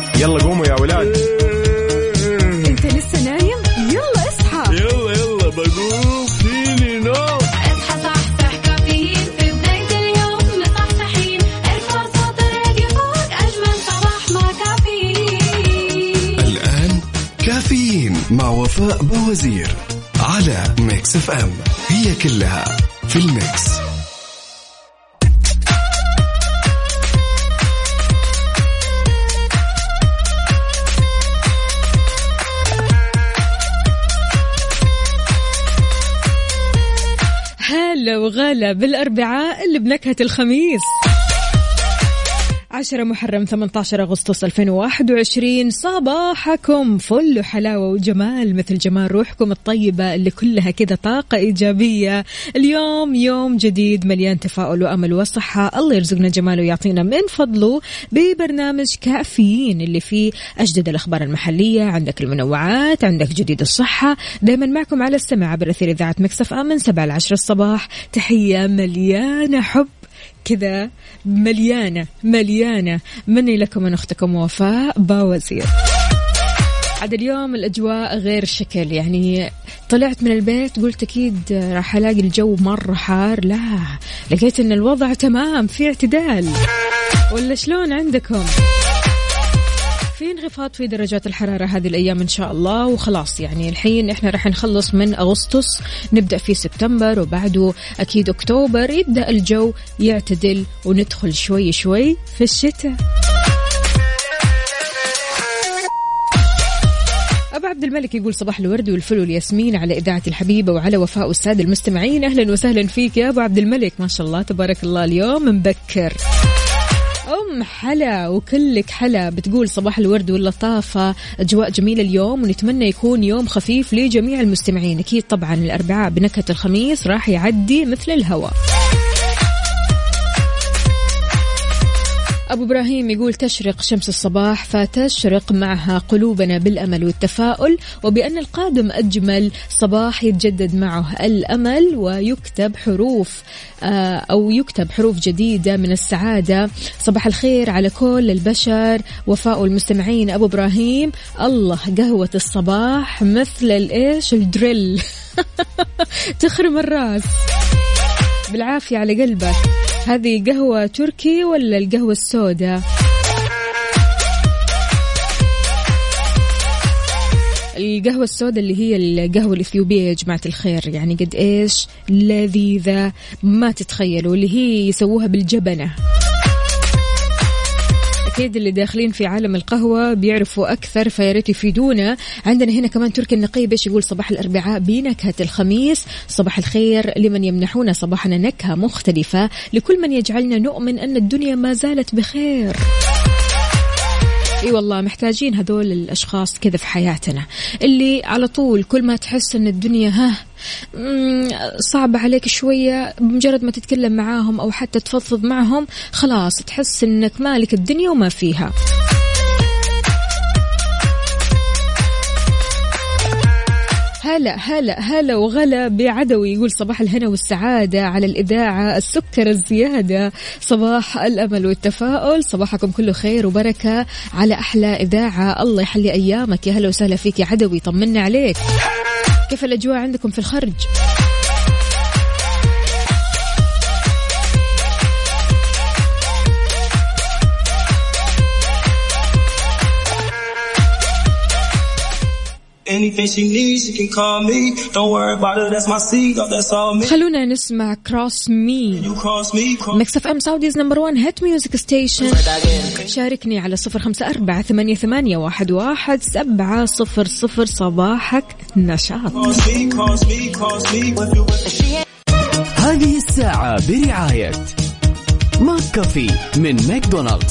يلا قوموا يا ولاد. انت لسه نايم؟ يلا اصحى. يلا بقوم فيني نوم. اصحى صحصح كافيين في بداية اليوم مصحصحين. ارفع صوت الراديو فوق أجمل صباح مع كافيين. الآن كافيين مع وفاء بوزير على ميكس اف ام. هي كلها في الميكس. هلا وغلا بالأربعاء اللي بنكهة الخميس 10 محرم 18 أغسطس 2021. صباحكم فل حلاوة وجمال مثل جمال روحكم الطيبة اللي كلها كده طاقة إيجابية. اليوم يوم جديد مليان تفاؤل وأمل وصحة. الله يرزقنا جماله ويعطينا من فضله ببرنامج كافيين اللي فيه أجدد الأخبار المحلية، عندك المنوعات، عندك جديد الصحة. دايما معكم على السماع عبر أثير إذاعة ميكس اف ام من 7 ل 10 الصباح. تحية مليانة حب كذا، مليانة مني لكم من أختكم وفاء باوزير. عاد اليوم الأجواء غير شكل، يعني طلعت من البيت قلت أكيد راح ألاقي الجو مرة حار، لا لقيت أن الوضع تمام في اعتدال. ولا شلون عندكم؟ في انخفاض في درجات الحرارة هذه الأيام إن شاء الله، وخلاص يعني الحين إحنا راح نخلص من أغسطس نبدأ في سبتمبر وبعده أكيد أكتوبر يبدأ الجو يعتدل وندخل شوي في الشتاء. أبو عبد الملك يقول صباح الورد والفل والياسمين على إذاعة الحبيبة وعلى وفاء والسادة المستمعين. أهلا وسهلا فيك يا أبو عبد الملك، ما شاء الله تبارك الله اليوم مبكر. أم حلا وكلك حلا بتقول صباح الورد واللطافة، أجواء جميلة اليوم ونتمنى يكون يوم خفيف لجميع المستمعين. أكيد طبعا الأربعاء بنكهة الخميس راح يعدي مثل الهواء. أبو إبراهيم يقول تشرق شمس الصباح فتشرق معها قلوبنا بالأمل والتفاؤل، وبأن القادم أجمل صباح يتجدد معه الأمل ويكتب حروف يكتب حروف جديدة من السعادة. صباح الخير على كل البشر. وفاء المستمعين أبو إبراهيم، الله قهوة الصباح مثل الإيش الدريل تخرم الراس بالعافية على قلبك. هذه قهوة تركي ولا القهوة السوداء؟ القهوة السوداء اللي هي القهوة الإثيوبية يا جماعة الخير، يعني قد إيش لذيذة ما تتخيلوا، اللي هي يسووها بالجبنة. أكيد اللي داخلين في عالم القهوة بيعرفوا أكثر فياريت يفيدونا. عندنا هنا كمان تركي النقيب إيش يقول صباح الأربعاء بنكهة الخميس. صباح الخير لمن يمنحونا صباحنا نكهة مختلفة، لكل من يجعلنا نؤمن أن الدنيا ما زالت بخير. اي والله محتاجين هذول الاشخاص كذا في حياتنا، اللي على طول كل ما تحس ان الدنيا صعبة عليك شوية، بمجرد ما تتكلم معاهم او حتى تفضفض معهم خلاص تحس انك مالك الدنيا وما فيها. هلا وغلا بعدوي يقول صباح الهنا والسعادة على الإذاعة، السكر الزيادة، صباح الأمل والتفاؤل، صباحكم كله خير وبركة على أحلى إذاعة. الله يحلي أيامك. يا هلا وسهلا فيك يا عدوي، طمنا عليك. كيف الأجواء عندكم في الخرج؟ خلونا نسمع كروس مي. ميكس اف ام سعوديز نمبر 1 هيت ميوزك ستيشن. شاركني على 0548811700. صباحك نشاط. هذه الساعة برعاية ماك كافي من ماكدونالدز.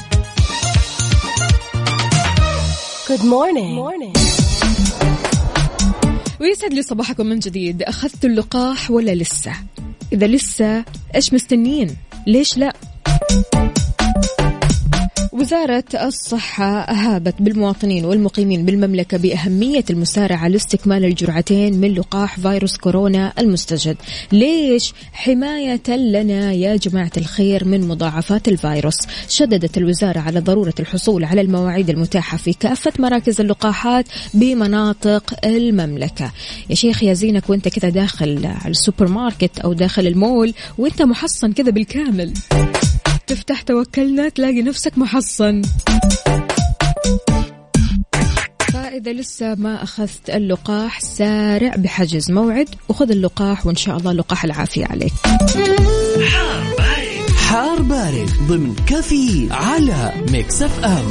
Good morning. ويسعد لي صباحكم من جديد. أخذتوا اللقاح ولا لسه؟ إذا لسه إيش مستنين؟ ليش لا؟ وزارة الصحة أهابت بالمواطنين والمقيمين بالمملكة بأهمية المسارعة لاستكمال الجرعتين من لقاح فيروس كورونا المستجد. ليش؟ حماية لنا يا جماعة الخير من مضاعفات الفيروس. شددت الوزارة على ضرورة الحصول على المواعيد المتاحة في كافة مراكز اللقاحات بمناطق المملكة. يا شيخ يا زينك وانت كذا داخل على السوبر ماركت أو داخل المول وانت محصن كذا بالكامل، تفتح توكلنا تلاقي نفسك محصن. فإذا لسه ما أخذت اللقاح سارع بحجز موعد وخذ اللقاح، وإن شاء الله لقاح العافية عليك. حار بارد ضمن كافيين على ميكس اف ام.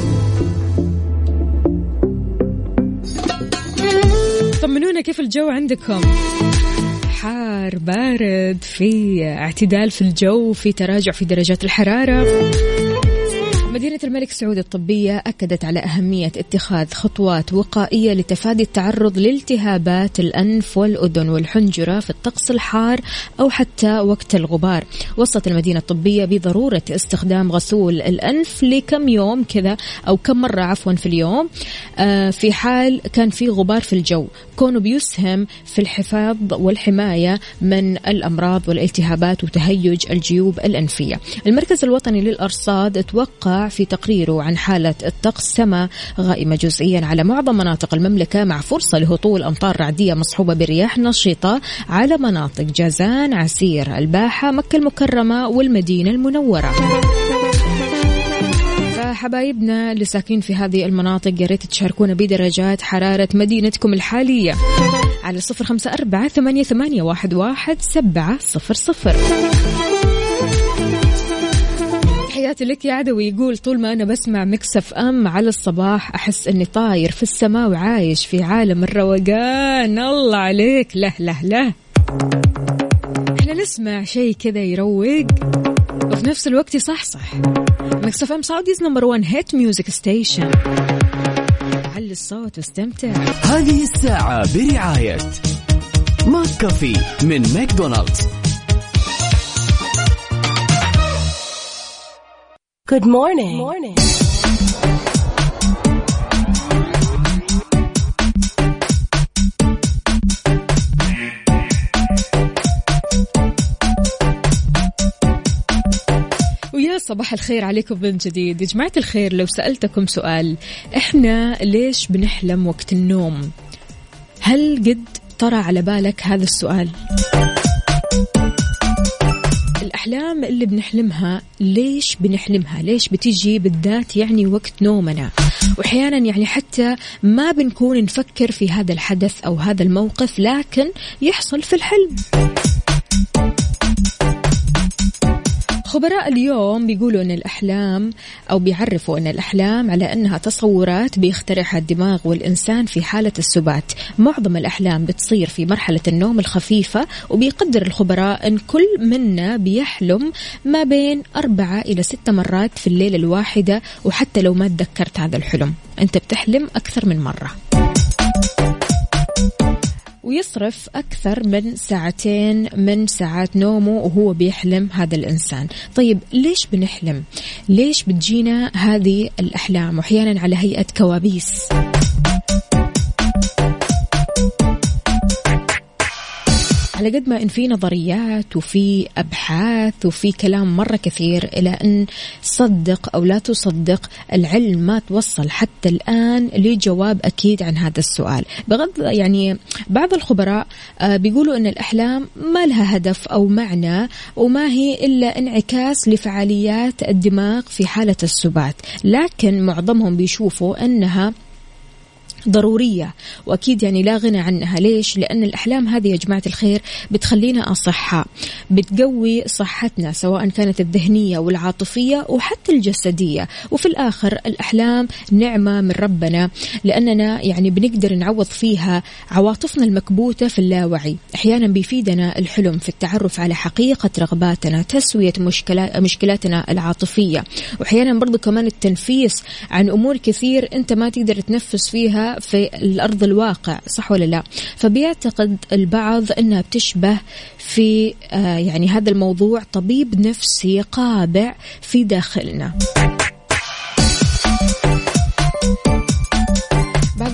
طمنونا كيف الجو عندكم؟ حار بارد، في اعتدال في الجو، في تراجع في درجات الحرارة. مدينة الملك سعود الطبية أكدت على أهمية اتخاذ خطوات وقائية لتفادي التعرض لالتهابات الأنف والأذن والحنجرة في الطقس الحار أو حتى وقت الغبار. وصلت المدينة الطبية بضرورة استخدام غسول الأنف لكم يوم كذا أو كم مرة عفوا في اليوم في حال كان في غبار في الجو، كونه بيسهم في الحفاظ والحماية من الأمراض والالتهابات وتهيج الجيوب الأنفية. المركز الوطني للأرصاد توقع في تقريره عن حالة الطقس سما غائمة جزئيا على معظم مناطق المملكة، مع فرصة لهطول أمطار رعدية مصحوبة برياح نشطة على مناطق جازان، عسير، الباحة، مكة المكرمة والمدينة المنورة. فحبايبنا اللي ساكنين في هذه المناطق يا ريت تشاركونا بدرجات حرارة مدينتكم الحالية على 0548811700. تحياتي لك يا عدوي. يقول طول ما أنا بسمع ميكس اف ام على الصباح أحس أني طاير في السماء وعايش في عالم الروقان. الله عليك. لا لا لا، احنا نسمع شيء كذا يروق وفي نفس الوقت يصحصح. ميكس اف ام سعوديز نمبر 1 هيت ميوزك ستيشن. علي الصوت واستمتع. هذه الساعة برعاية ماك كافي من ماكدونالدز. Good morning. Good morning. ويا صباح الخير عليكم من جديد يا جماعة الخير. لو سألتكم سؤال، إحنا ليش بنحلم وقت النوم؟ هل قد طرى على بالك هذا السؤال؟ الأحلام اللي بنحلمها ليش بنحلمها؟ ليش بتيجي بالذات يعني وقت نومنا؟ وأحيانا يعني حتى ما بنكون نفكر في هذا الحدث أو هذا الموقف، لكن يحصل في الحلم. خبراء اليوم بيقولوا أن الأحلام أو بيعرفوا أن الأحلام على أنها تصورات بيخترعها الدماغ والإنسان في حالة السبات. معظم الأحلام بتصير في مرحلة النوم الخفيفة، وبيقدر الخبراء أن كل منا بيحلم ما بين 4 إلى 6 مرات في الليلة الواحدة. وحتى لو ما تذكرت هذا الحلم أنت بتحلم أكثر من مرة. ويصرف أكثر من 2 ساعة من ساعات نومه وهو بيحلم هذا الإنسان. طيب ليش بنحلم؟ ليش بتجينا هذه الأحلام وأحيانا على هيئة كوابيس؟ على قد ما إن في نظريات وفي أبحاث وفي كلام مرة كثير، إلى أن صدق أو لا تصدق، العلم ما توصل حتى الآن لجواب أكيد عن هذا السؤال. بغض يعني بعض الخبراء بيقولوا أن الأحلام ما لها هدف أو معنى، وما هي إلا انعكاس لفعاليات الدماغ في حالة السبات، لكن معظمهم بيشوفوا أنها ضرورية وأكيد يعني لا غنى عنها. ليش؟ لأن الأحلام هذه يا جماعة الخير بتخلينا أصحاء، بتقوي صحتنا سواء كانت الذهنية والعاطفية وحتى الجسدية. وفي الآخر الأحلام نعمة من ربنا، لأننا يعني بنقدر نعوض فيها عواطفنا المكبوتة في اللاوعي. أحيانا بيفيدنا الحلم في التعرف على حقيقة رغباتنا، تسوية مشكلاتنا العاطفية، وأحيانا برضو كمان التنفيس عن أمور كثير أنت ما تقدر تنفس فيها في الأرض الواقع، صح ولا لا؟ فبيعتقد البعض أنها بتشبه في يعني هذا الموضوع طبيب نفسي قابع في داخلنا.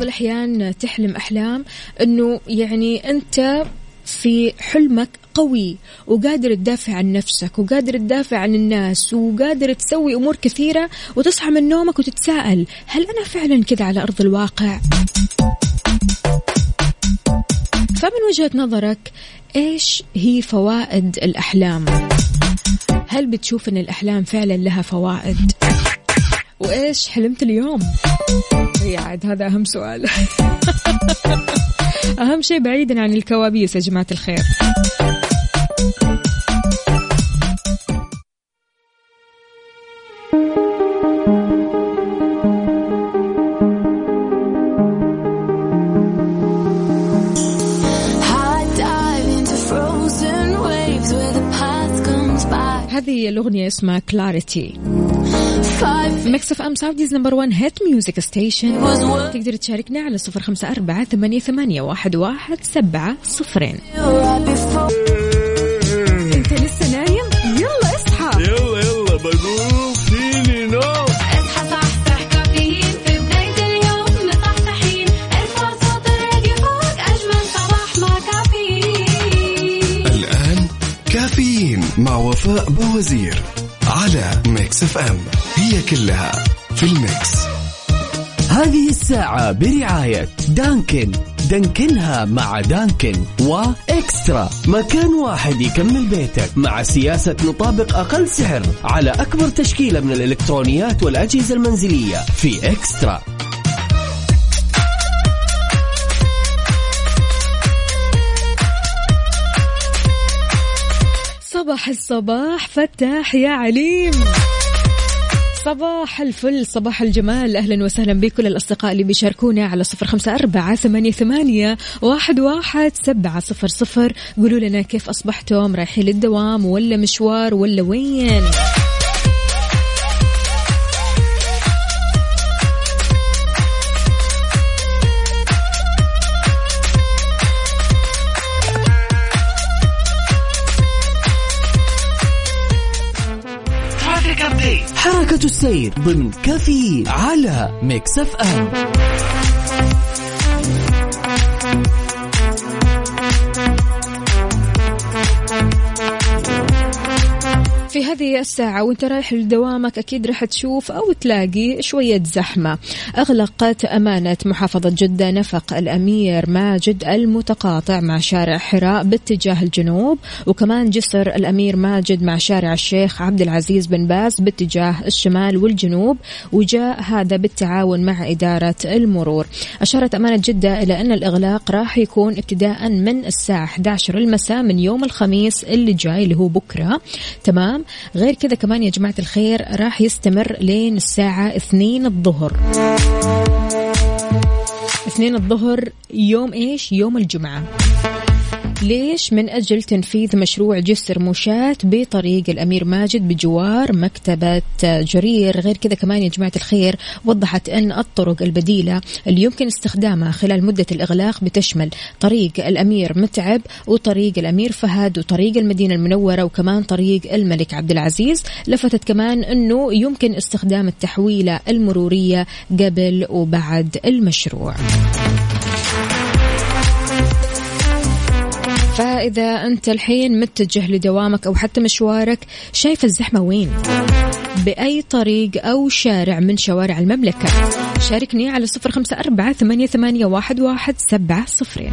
الأحيان تحلم أحلام أنه يعني أنت في حلمك قوي وقادر تدافع عن نفسك وقادر تدافع عن الناس وقادر تسوي أمور كثيرة، وتصحى من نومك وتتساءل هل أنا فعلا كذا على أرض الواقع؟ فمن وجهة نظرك إيش هي فوائد الأحلام؟ هل بتشوف أن الأحلام فعلا لها فوائد؟ وإيش حلمت اليوم؟ عاد هذا أهم سؤال. أهم شيء بعيدا عن الكوابيس يا جماعة الخير. هذه الأغنية اسمها كلاريتي. ميكس اف ام سعوديز نمبر 1 هيت ميوزك ستيشن. تقدر تشاركنا على 0548811700. انت لسه نايم؟ يلا اصحى. يلا بقوم فيني نوم. اصحى صحصح كافيين في بداية اليوم مصحصحين. ارفع صوت الراديو فوق أجمل صباح مع كافيين. الآن كافيين مع وفاء بوزير على ميكس اف ام، هي كلها في الميكس. هذه الساعة برعاية دانكن، دانكنها مع دانكن، وإكسترا، مكان واحد يكمل بيتك مع سياسة نطابق أقل سعر على أكبر تشكيلة من الإلكترونيات والأجهزة المنزلية في إكسترا. صباح الصباح فتاح يا عليم، صباح الفل، صباح الجمال. أهلا وسهلا بكل الأصدقاء اللي بيشاركونا على 0548811700. قولوا لنا كيف أصبحتم، رايحين للدوام ولا مشوار ولا وين؟ حركة السير ضمن كافيين على ميكس اف ام. في هذه الساعة وانت رايح لدوامك أكيد رح تشوف أو تلاقي شوية زحمة. أغلقت أمانة محافظة جدة نفق الأمير ماجد المتقاطع مع شارع حراء باتجاه الجنوب، وكمان جسر الأمير ماجد مع شارع الشيخ عبد العزيز بن باز باتجاه الشمال والجنوب، وجاء هذا بالتعاون مع إدارة المرور. أشارت أمانة جدة إلى أن الإغلاق راح يكون ابتداء من الساعة 11 المساء من يوم الخميس اللي جاي اللي هو بكرة. تمام. غير كذا كمان يا جماعة الخير راح يستمر لين الساعة 2 الظهر. 2 الظهر يوم إيش؟ يوم الجمعة. ليش؟ من أجل تنفيذ مشروع جسر مشاة بطريق الأمير ماجد بجوار مكتبة جرير. غير كذا كمان يا جماعة الخير وضحت أن الطرق البديلة اللي يمكن استخدامها خلال مدة الإغلاق بتشمل طريق الأمير متعب وطريق الأمير فهد وطريق المدينة المنورة وكمان طريق الملك عبد العزيز. لفتت كمان أنه يمكن استخدام التحويلة المرورية قبل وبعد المشروع. فإذا أنت الحين متجه لدوامك أو حتى مشوارك، شايف الزحمة وين؟ بأي طريق أو شارع من شوارع المملكة؟ شاركني على 0548811700.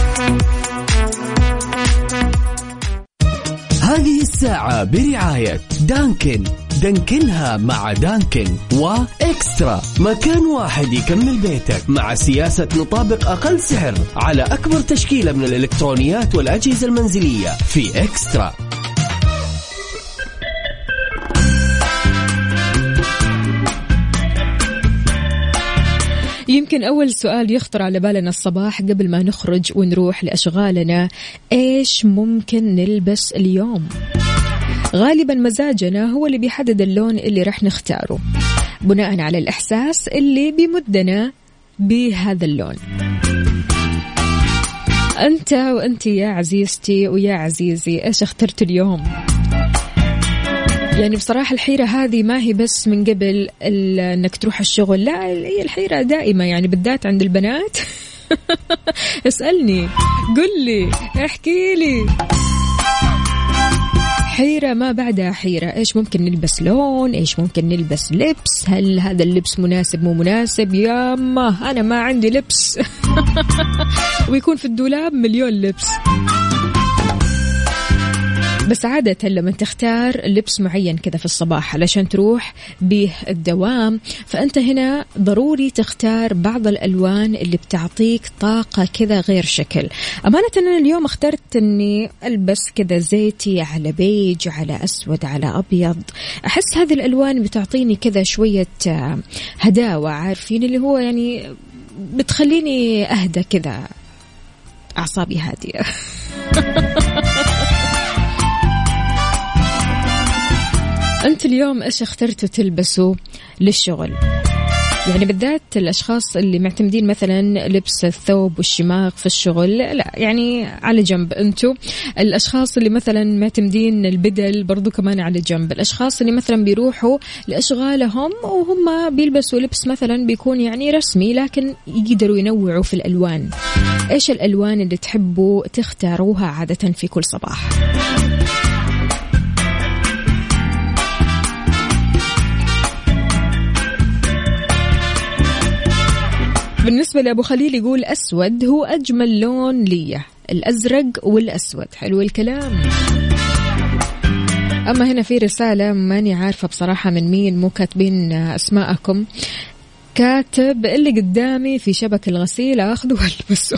هذه الساعة برعاية دانكن، دانكنها مع دانكن، وإكسترا، مكان واحد يكمل بيتك مع سياسة نطابق أقل سعر على أكبر تشكيلة من الإلكترونيات والأجهزة المنزلية في إكسترا. يمكن أول سؤال يخطر على بالنا الصباح قبل ما نخرج ونروح لأشغالنا، إيش ممكن نلبس اليوم؟ غالبا مزاجنا هو اللي بيحدد اللون اللي رح نختاره بناء على الإحساس اللي بيمدنا بهذا اللون. أنت وأنت يا عزيزتي ويا عزيزي، إيش اخترت اليوم؟ يعني بصراحة الحيرة هذه ما هي بس من قبل انك تروح الشغل، لا هي الحيرة دائمة يعني بالذات عند البنات. اسألني، قل لي، احكي لي. حيرة ما بعدها حيرة. إيش ممكن نلبس لون، إيش ممكن نلبس لبس، هل هذا اللبس مناسب مو مناسب، ياما أنا ما عندي لبس. ويكون في الدولاب مليون لبس. بس عادة لما تختار لبس معين كذا في الصباح علشان تروح به الدوام، فأنت هنا ضروري تختار بعض الألوان اللي بتعطيك طاقة كذا غير شكل. أمانة أنا اليوم اخترت أني ألبس كذا زيتي على بيج على أسود على أبيض. أحس هذه الألوان بتعطيني كذا شوية هداوة، عارفين اللي هو يعني بتخليني أهدى كذا، أعصابي هادية. أنت اليوم إيش اخترتوا تلبسوا للشغل؟ يعني بالذات الأشخاص اللي معتمدين مثلا لبس الثوب والشماغ في الشغل، لا يعني على جنب. أنتوا الأشخاص اللي مثلا معتمدين البدل برضو كمان على جنب. الأشخاص اللي مثلا بيروحوا لأشغالهم وهم بيلبسوا لبس مثلا بيكون يعني رسمي لكن يقدروا ينوعوا في الألوان. إيش الألوان اللي تحبوا تختاروها عادة في كل صباح؟ بالنسبة لأبو خليل يقول أسود هو أجمل لون لي، الأزرق والأسود. حلو الكلام. أما هنا في رسالة ماني عارفة بصراحة من مين، مو كاتبين أسماءكم، كاتب اللي قدامي في شبك الغسيل أخذه والبسه.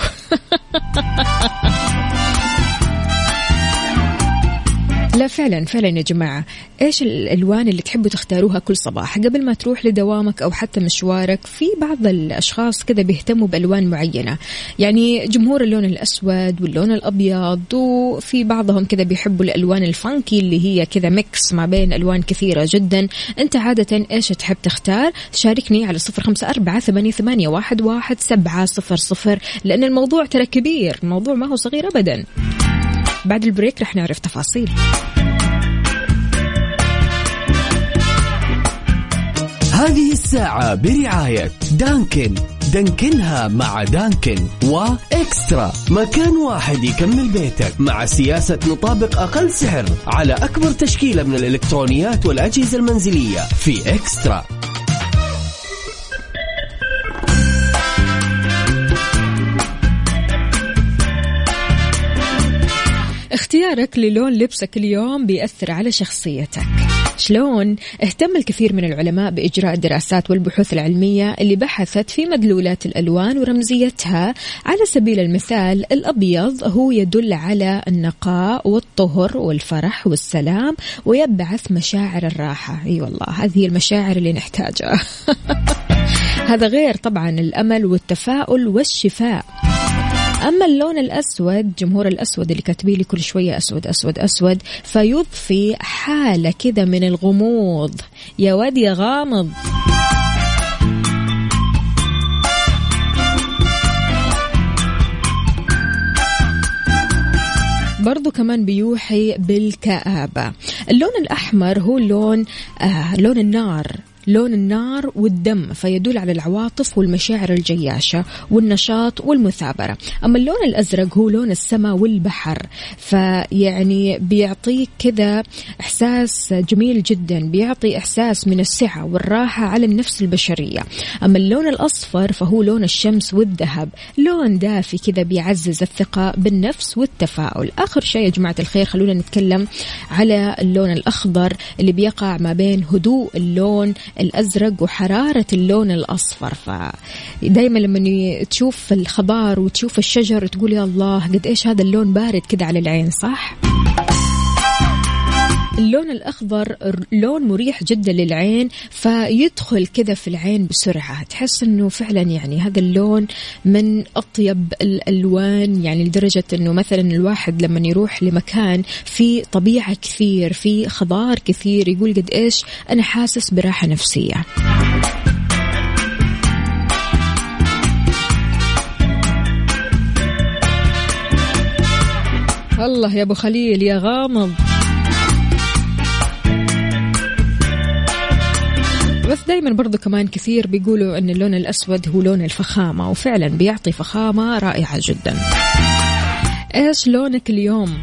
لا فعلا يا جماعة، إيش الألوان اللي تحبوا تختاروها كل صباح قبل ما تروح لدوامك أو حتى مشوارك؟ في بعض الأشخاص كذا بيهتموا بألوان معينة، يعني جمهور اللون الأسود واللون الأبيض، وفي بعضهم كذا بيحبوا الألوان الفانكي اللي هي كذا ميكس ما بين ألوان كثيرة جدا. أنت عادة إيش تحب تختار؟ شاركني على 0548811700، لأن الموضوع ترى كبير، الموضوع ما هو صغير أبدا. بعد البريك رح نعرف تفاصيل. هذه الساعة برعاية دانكن، دانكنها مع دانكن، وإكسترا، مكان واحد يكمل بيتك مع سياسة نطابق أقل سعر على أكبر تشكيلة من الإلكترونيات والأجهزة المنزلية في إكسترا. اختيارك للون لبسك اليوم بيأثر على شخصيتك. شلون؟ اهتم الكثير من العلماء بإجراء الدراسات والبحوث العلمية اللي بحثت في مدلولات الألوان ورمزيتها. على سبيل المثال الأبيض هو يدل على النقاء والطهر والفرح والسلام، ويبعث مشاعر الراحة. أي والله هذه هي المشاعر اللي نحتاجها. هذا غير طبعا الأمل والتفاؤل والشفاء. أما اللون الأسود، جمهور الأسود اللي كاتبين لي كل شوية أسود أسود أسود، فيضفي حالة كذا من الغموض. يا واد يا غامض. برضو كمان بيوحي بالكآبة. اللون الأحمر هو لون النار، لون النار والدم، فيدل على العواطف والمشاعر الجياشة والنشاط والمثابرة. أما اللون الأزرق هو لون السماء والبحر، فيعني بيعطيك كذا إحساس جميل جدا، بيعطي إحساس من السعة والراحة على النفس البشرية. أما اللون الأصفر فهو لون الشمس والذهب، لون دافي كذا بيعزز الثقة بالنفس والتفاؤل. آخر شيء يا جماعة الخير خلونا نتكلم على اللون الأخضر اللي بيقع ما بين هدوء اللون الأزرق وحرارة اللون الأصفر. فدايما لما تشوف الخضار وتشوف الشجر تقول يا الله قد إيش هذا اللون بارد كده على العين، صح؟ اللون الأخضر لون مريح جدا للعين، فيدخل كذا في العين بسرعة، تحس أنه فعلا يعني هذا اللون من أطيب الألوان، يعني لدرجة أنه مثلا الواحد لما يروح لمكان في طبيعة كثير في خضار كثير يقول قد إيش أنا حاسس براحة نفسية. الله يا أبو خليل يا غامض. دايما برضو كمان كثير بيقولوا أن اللون الأسود هو لون الفخامة، وفعلا بيعطي فخامة رائعة جدا. إيش لونك اليوم؟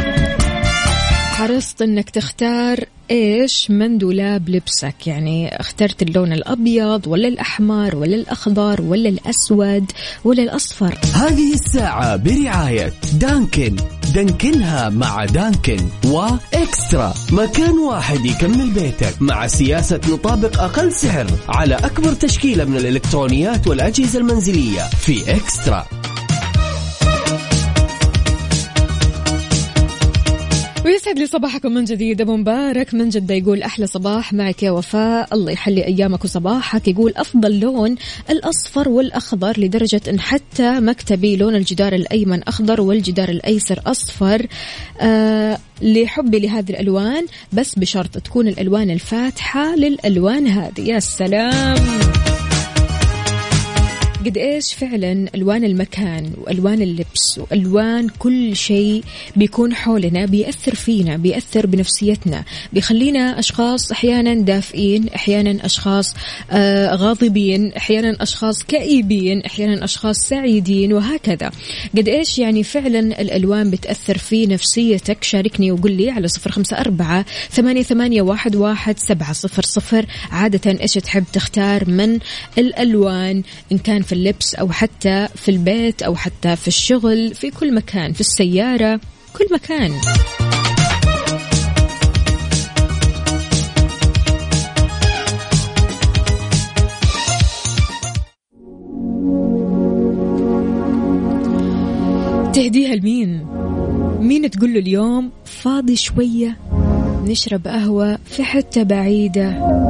حرصت أنك تختار إيش من دولاب لبسك، يعني اخترت اللون الأبيض ولا الأحمر ولا الأخضر ولا الأسود ولا الأصفر؟ هذه الساعة برعاية دانكن، دانكنها مع دانكن، وإكسترا، مكان واحد يكمل بيتك مع سياسة نطابق أقل سعر على أكبر تشكيلة من الإلكترونيات والأجهزة المنزلية في إكسترا. ويسعد لي صباحكم من جديد. أبو مبارك من جدة يقول أحلى صباح معك يا وفاء، الله يحلي أيامك وصباحك. يقول أفضل لون الأصفر والأخضر، لدرجة أن حتى مكتبي لون الجدار الأيمن أخضر والجدار الأيسر أصفر. لحبي لهذه الألوان، بس بشرط تكون الألوان الفاتحة للألوان هذه. يا سلام، قد إيش فعلا ألوان المكان وألوان اللبس وألوان كل شيء بيكون حولنا بيأثر فينا، بيأثر بنفسيتنا، بيخلينا أشخاص أحيانا دافئين، أحيانا أشخاص غاضبين، أحيانا أشخاص كئيبين، أحيانا أشخاص سعيدين، وهكذا. قد إيش يعني فعلا الألوان بتأثر في نفسيتك؟ شاركني وقل لي على 0548811700. عادة إيش تحب تختار من الألوان، إن كان في اللبس أو حتى في البيت أو حتى في الشغل، في كل مكان، في السيارة، كل مكان. تهديها لمين؟ مين تقول له اليوم فاضي شوية نشرب قهوة في حتة بعيدة؟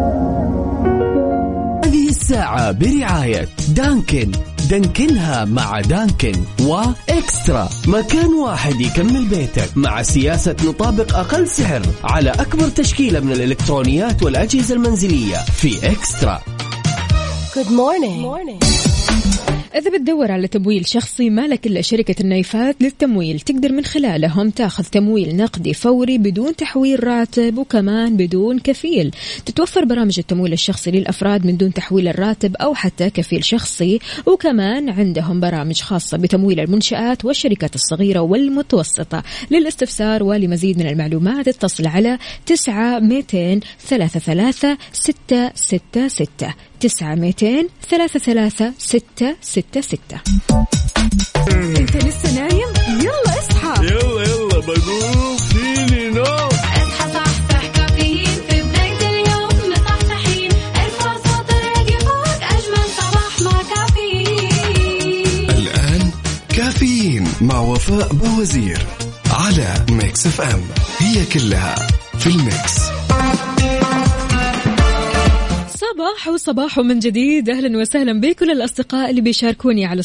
هذه الساعة برعاية دانكن، دانكنها مع دانكن، وإكسترا، مكان واحد يكمل بيتك مع سياسة نطابق أقل سعر على أكبر تشكيلة من الإلكترونيات والأجهزة المنزلية في إكسترا. Good morning. إذا بتدور على تمويل شخصي، مالك إلا شركة النايفات للتمويل. تقدر من خلالهم تاخذ تمويل نقدي فوري بدون تحويل راتب وكمان بدون كفيل. تتوفر برامج التمويل الشخصي للأفراد من دون تحويل الراتب أو حتى كفيل شخصي، وكمان عندهم برامج خاصة بتمويل المنشآت والشركات الصغيرة والمتوسطة. للاستفسار ولمزيد من المعلومات اتصل على 900-233-666 900-233-666. انت لسه نايم؟ يلا اصحى، يلا بقوم فيني نوم. اصحى صحصح، كافيين في بداية اليوم مصحصحين. ارفع صوت الراديو فوق، أجمل صباح مع كافيين. الآن كافيين مع وفاء بوزير على ميكس اف ام، هي كلها في الميكس. صباح من جديد. أهلا وسهلا بكل الأصدقاء اللي بيشاركوني على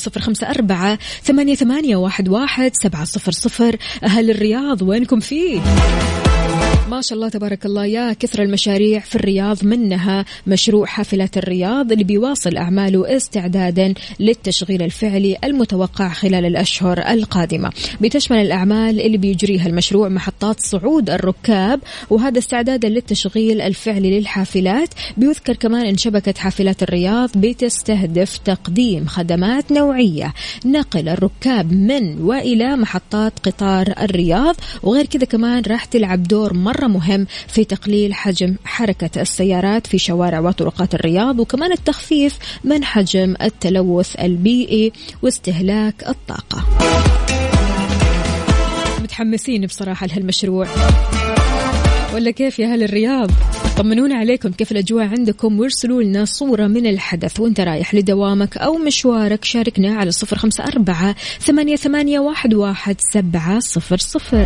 0548811700. أهل الرياض وينكم فيه؟ ما شاء الله تبارك الله، يا كثر المشاريع في الرياض، منها مشروع حافلات الرياض اللي بيواصل أعماله استعدادا للتشغيل الفعلي المتوقع خلال الأشهر القادمة. بتشمل الأعمال اللي بيجريها المشروع محطات صعود الركاب، وهذا استعدادا للتشغيل الفعلي للحافلات. بيذكر كمان أن شبكة حافلات الرياض بتستهدف تقديم خدمات نوعية نقل الركاب من وإلى محطات قطار الرياض، وغير كذا كمان راح تلعب دور مرة مهم في تقليل حجم حركة السيارات في شوارع وطرقات الرياض، وكمان التخفيف من حجم التلوث البيئي واستهلاك الطاقة. متحمسين بصراحة لهالمشروع ولا كيف يا أهل الرياض؟ طمنونا عليكم، كيف الأجواء عندكم؟ وارسلوا لنا صورة من الحدث وانت رايح لدوامك أو مشوارك. شاركنا على 0548811700.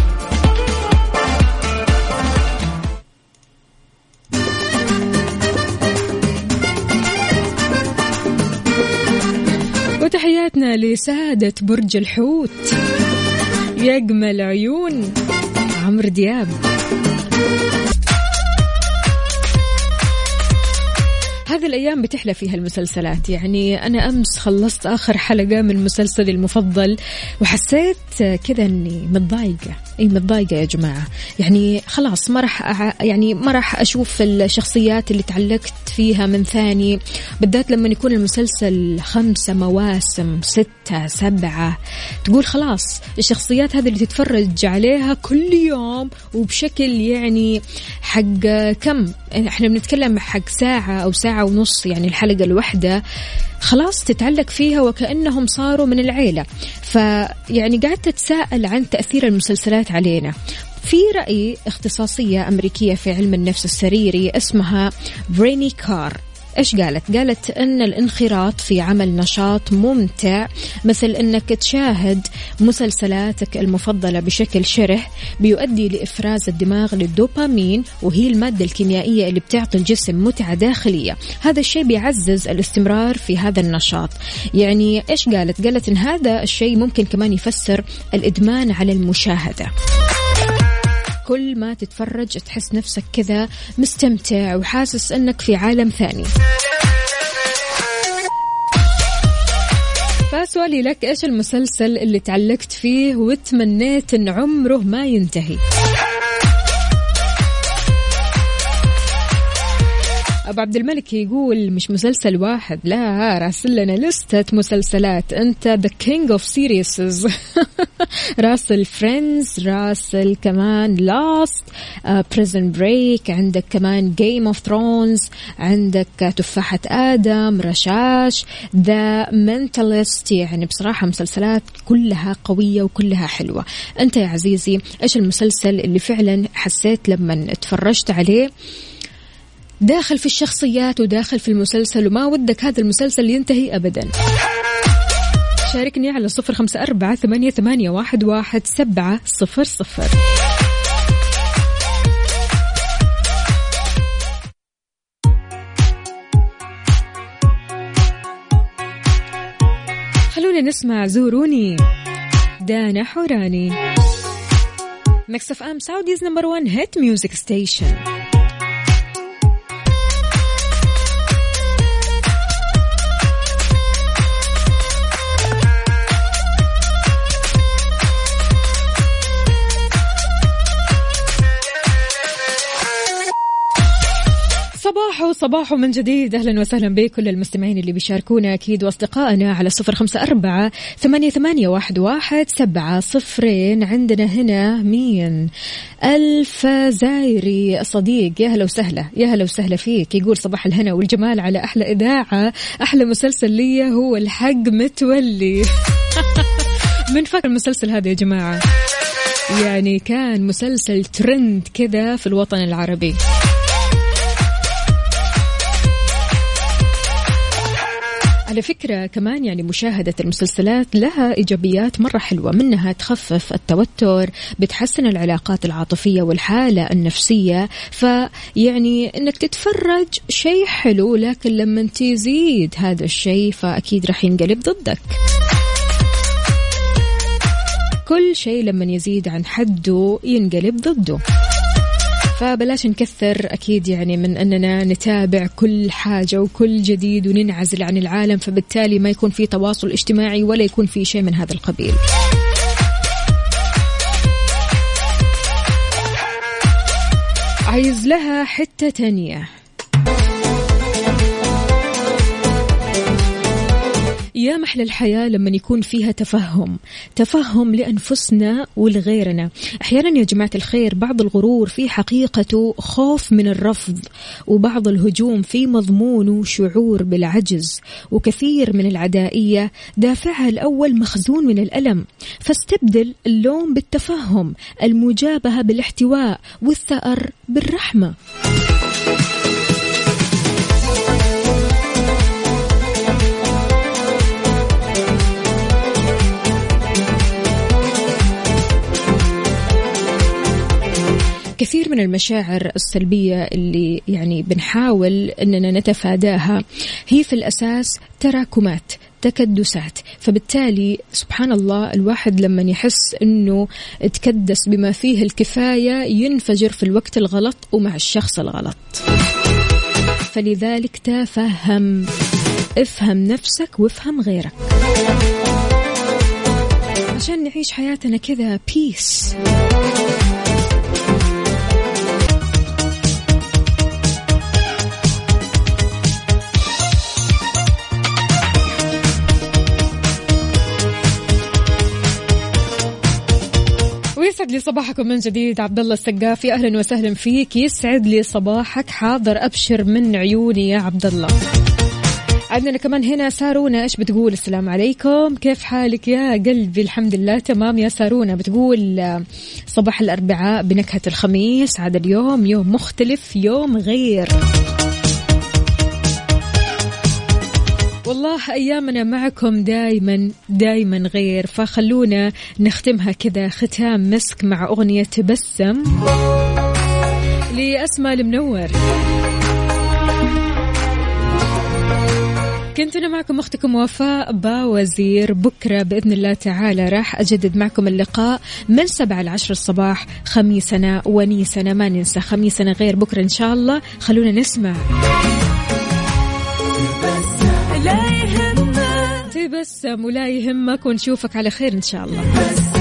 وتحياتنا لسادة برج الحوت، يجمل عيون عمرو دياب. هذه الأيام بتحلى فيها المسلسلات. يعني أنا أمس خلصت آخر حلقة من مسلسلي المفضل وحسيت كذا أني متضايقة. متضايقة يا جماعة. يعني خلاص ما راح أشوف الشخصيات اللي تعلقت فيها من ثاني، بالذات لما يكون المسلسل 5 مواسم 6 7. تقول خلاص الشخصيات هذه اللي تتفرج عليها كل يوم وبشكل يعني حق كم، احنا بنتكلم حق ساعة أو ساعة ونص، يعني الحلقة الواحدة خلاص تتعلق فيها وكأنهم صاروا من العيلة. فيعني قاعدة تتساءل عن تأثير المسلسلات علينا. في رأي اختصاصية أمريكية في علم النفس السريري اسمها بريني كار. إيش قالت أن الانخراط في عمل نشاط ممتع مثل أنك تشاهد مسلسلاتك المفضلة بشكل شره بيؤدي لإفراز الدماغ للدوبامين، وهي المادة الكيميائية اللي بتعطي الجسم متعة داخلية. هذا الشيء بيعزز الاستمرار في هذا النشاط. يعني إيش قالت أن هذا الشيء ممكن كمان يفسر الإدمان على المشاهدة. كل ما تتفرج تحس نفسك كذا مستمتع وحاسس أنك في عالم ثاني. فسؤالي لك، إيش المسلسل اللي تعلقت فيه وتمنيت أن عمره ما ينتهي؟ أبو عبد الملك يقول مش مسلسل واحد، لا راسل لنا لستة مسلسلات. أنت the king of series. راسل فريندز، راسل كمان لاست، بريزن بريك، عندك كمان جيم اوف ثرونز، عندك تفاحة آدم، رشاش، ذا منتالست. يعني بصراحة مسلسلات كلها قوية وكلها حلوة. أنت يا عزيزي إيش المسلسل اللي فعلا حسيت لما اتفرجت عليه داخل في الشخصيات وداخل في المسلسل وما ودك هذا المسلسل ينتهي أبدا؟ شاركني على 0548811700. خلونا نسمع زوروني دانا حوراني. ميكس اف ام سعوديز نمبر 1 هيت ميوزك ستيشن. صباح من جديد. أهلا وسهلا بكل المستمعين اللي بيشاركونا أكيد وأصدقائنا على 0548811700. عندنا هنا مين؟ الفزايري صديق، يا هلا وسهلا، يا هلا وسهلا فيك. يقول صباح الهنا والجمال على أحلى إذاعة، أحلى مسلسل لي هو الحق متولي. من فاكر المسلسل هذا يا جماعة؟ يعني كان مسلسل ترند كذا في الوطن العربي. على فكرة كمان يعني مشاهدة المسلسلات لها إيجابيات مرة حلوة، منها تخفف التوتر، بتحسن العلاقات العاطفية والحالة النفسية. فيعني إنك تتفرج شيء حلو، لكن لما تزيد هذا الشيء فأكيد رح ينقلب ضدك. كل شيء لما يزيد عن حده ينقلب ضده. فبلاش نكثر أكيد يعني من أننا نتابع كل حاجة وكل جديد وننعزل عن العالم، فبالتالي ما يكون في تواصل اجتماعي ولا يكون في شيء من هذا القبيل. عايز لها حتة تانية. يا محلى الحياة لما يكون فيها تفهم لأنفسنا ولغيرنا. أحيانا يا جماعة الخير بعض الغرور في حقيقته خوف من الرفض، وبعض الهجوم في مضمونه شعور بالعجز، وكثير من العدائية دافعها الأول مخزون من الألم. فاستبدل اللوم بالتفهم، المجابهة بالاحتواء، والثأر بالرحمة. كثير من المشاعر السلبية اللي يعني بنحاول أننا نتفاداها هي في الأساس تراكمات، تكدسات. فبالتالي سبحان الله الواحد لما يحس أنه تكدس بما فيه الكفاية ينفجر في الوقت الغلط ومع الشخص الغلط. فلذلك تفهم، افهم نفسك وافهم غيرك عشان نعيش حياتنا كذا بيس. ويسعد لي صباحكم من جديد. عبد الله السقافي أهلا وسهلا فيك، يسعد لي صباحك. حاضر أبشر من عيوني يا عبد الله. عندنا كمان هنا سارونا، إيش بتقول؟ السلام عليكم، كيف حالك يا قلبي؟ الحمد لله تمام يا سارونا. بتقول صباح الأربعاء بنكهة الخميس، عاد اليوم يوم مختلف، يوم غير. والله أيامنا معكم دايما دايما غير، فخلونا نختمها كذا ختام مسك مع أغنية تبسم لأسماء المنور. كنت أنا معكم أختكم وفاء باوزير. بكرة بإذن الله تعالى راح أجدد معكم اللقاء من 7 ل 10 الصباح، خميسنا ونيسنا، ما ننسى خميسنا غير بكرة إن شاء الله. خلونا نسمع تبسم ولا يهمك، ونشوفك على خير إن شاء الله.